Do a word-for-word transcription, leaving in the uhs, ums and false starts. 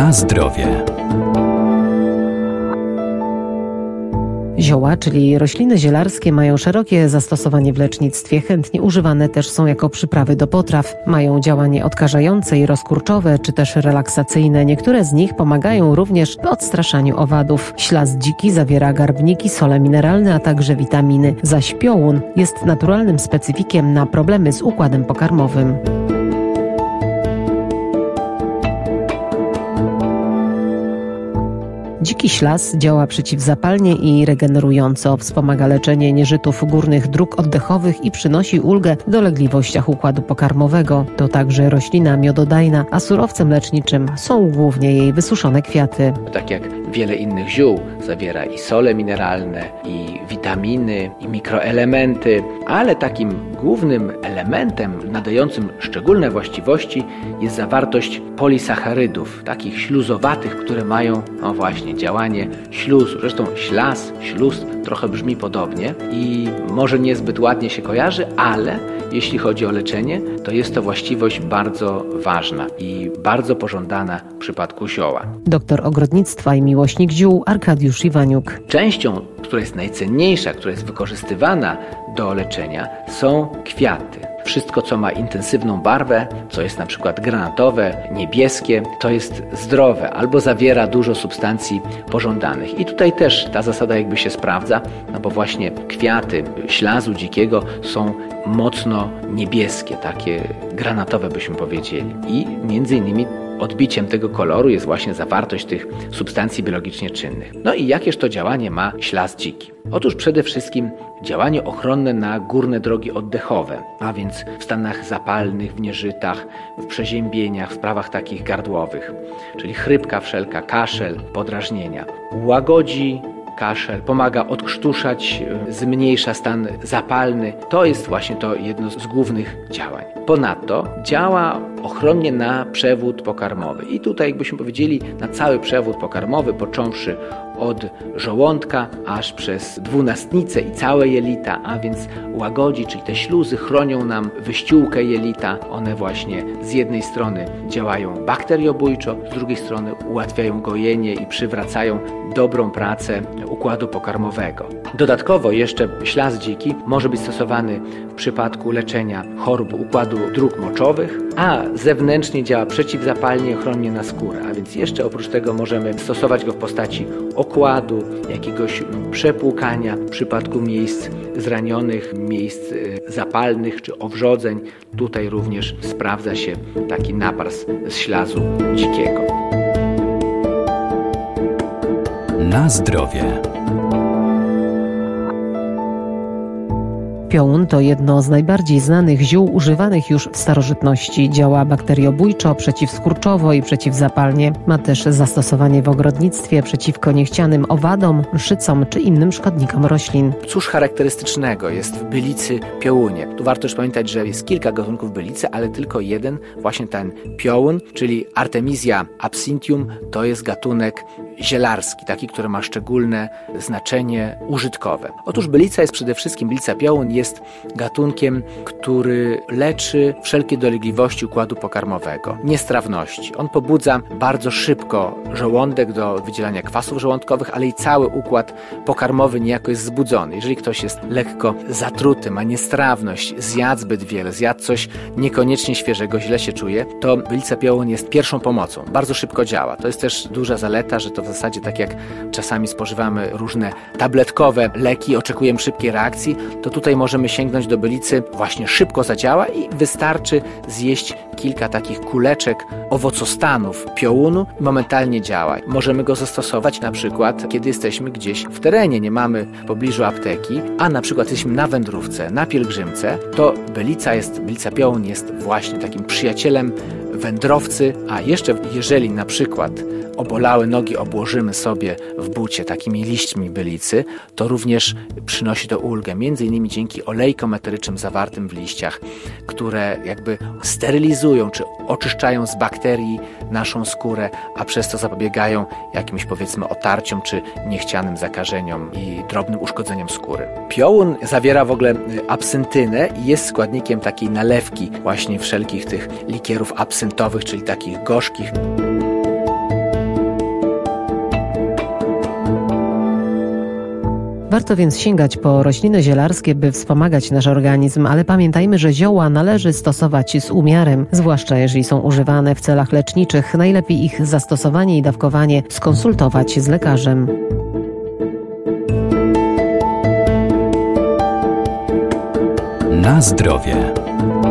Na zdrowie. Zioła, czyli rośliny zielarskie, mają szerokie zastosowanie w lecznictwie. Chętnie używane też są jako przyprawy do potraw. Mają działanie odkażające i rozkurczowe, czy też relaksacyjne. Niektóre z nich pomagają również w odstraszaniu owadów. Ślas dziki zawiera garbniki, sole mineralne, a także witaminy. Zaś piołun jest naturalnym specyfikiem na problemy z układem pokarmowym. Dziki ślas działa przeciwzapalnie i regenerująco, wspomaga leczenie nieżytów górnych dróg oddechowych i przynosi ulgę w dolegliwościach układu pokarmowego. To także roślina miododajna, a surowcem leczniczym są głównie jej wysuszone kwiaty. Tak jak wiele innych ziół, zawiera i sole mineralne, i witaminy, i mikroelementy, ale takim głównym elementem nadającym szczególne właściwości jest zawartość polisacharydów, takich śluzowatych, które mają, no właśnie, działanie śluzu. Zresztą ślas, śluz trochę brzmi podobnie i może niezbyt ładnie się kojarzy, ale jeśli chodzi o leczenie, to jest to właściwość bardzo ważna i bardzo pożądana w przypadku zioła. Doktor ogrodnictwa i miłośnik ziół Arkadiusz Iwaniuk. Częścią, która jest najcenniejsza, która jest wykorzystywana do leczenia, są kwiaty. Wszystko, co ma intensywną barwę, co jest na przykład granatowe, niebieskie, to jest zdrowe albo zawiera dużo substancji pożądanych. I tutaj też ta zasada jakby się sprawdza, no bo właśnie kwiaty ślazu dzikiego są mocno niebieskie, takie granatowe byśmy powiedzieli. I między innymi odbiciem tego koloru jest właśnie zawartość tych substancji biologicznie czynnych. No i jakież to działanie ma ślas dziki? Otóż przede wszystkim działanie ochronne na górne drogi oddechowe, a więc w stanach zapalnych, w nieżytach, w przeziębieniach, w sprawach takich gardłowych, czyli chrypka wszelka, kaszel, podrażnienia. Łagodzi kaszel, pomaga odkrztuszać, zmniejsza stan zapalny. To jest właśnie to jedno z głównych działań. Ponadto działa ochronnie na przewód pokarmowy. I tutaj jakbyśmy powiedzieli na cały przewód pokarmowy, począwszy od żołądka aż przez dwunastnicę i całe jelita, a więc łagodzi, czyli te śluzy chronią nam wyściółkę jelita. One właśnie z jednej strony działają bakteriobójczo, z drugiej strony ułatwiają gojenie i przywracają dobrą pracę układu pokarmowego. Dodatkowo jeszcze ślas dziki może być stosowany w przypadku leczenia chorób układu dróg moczowych, a zewnętrznie działa przeciwzapalnie, ochronnie na skórę. A więc jeszcze oprócz tego możemy stosować go w postaci okładu, jakiegoś przepłukania w przypadku miejsc zranionych, miejsc zapalnych czy owrzodzeń. Tutaj również sprawdza się taki naparz z ślazu dzikiego. Na zdrowie. Piołun to jedno z najbardziej znanych ziół używanych już w starożytności. Działa bakteriobójczo, przeciwskurczowo i przeciwzapalnie. Ma też zastosowanie w ogrodnictwie przeciwko niechcianym owadom, mszycom czy innym szkodnikom roślin. Cóż charakterystycznego jest w bylicy piołunie? Tu warto już pamiętać, że jest kilka gatunków bylicy, ale tylko jeden, właśnie ten piołun, czyli Artemisia absinthium, to jest gatunek zielarski, taki, który ma szczególne znaczenie użytkowe. Otóż bylica jest przede wszystkim, bylica piołun jest gatunkiem, który leczy wszelkie dolegliwości układu pokarmowego, niestrawności. On pobudza bardzo szybko żołądek do wydzielania kwasów żołądkowych, ale i cały układ pokarmowy niejako jest zbudzony. Jeżeli ktoś jest lekko zatruty, ma niestrawność, zjadł zbyt wiele, zjadł coś niekoniecznie świeżego, źle się czuje, to bylica piołun jest pierwszą pomocą. Bardzo szybko działa. To jest też duża zaleta, że to w zasadzie tak jak czasami spożywamy różne tabletkowe leki, oczekujemy szybkiej reakcji, to tutaj możemy sięgnąć do bylicy, właśnie szybko zadziała i wystarczy zjeść kilka takich kuleczek owocostanów piołunu i momentalnie działa. Możemy go zastosować na przykład, kiedy jesteśmy gdzieś w terenie, nie mamy w pobliżu apteki, a na przykład jesteśmy na wędrówce, na pielgrzymce, to bylica jest, bylica piołun jest właśnie takim przyjacielem wędrowcy, a jeszcze jeżeli na przykład obolałe nogi obłożymy sobie w bucie takimi liśćmi bylicy, to również przynosi to ulgę, między innymi dzięki olejkom eterycznym zawartym w liściach, które jakby sterylizują czy oczyszczają z bakterii naszą skórę, a przez to zapobiegają jakimś, powiedzmy, otarciom czy niechcianym zakażeniom i drobnym uszkodzeniom skóry. Piołun zawiera w ogóle absyntynę i jest składnikiem takiej nalewki właśnie wszelkich tych likierów absyntowych, czyli takich gorzkich. Warto więc sięgać po rośliny zielarskie, by wspomagać nasz organizm, ale pamiętajmy, że zioła należy stosować z umiarem, zwłaszcza jeżeli są używane w celach leczniczych. Najlepiej ich zastosowanie i dawkowanie skonsultować z lekarzem. Na zdrowie.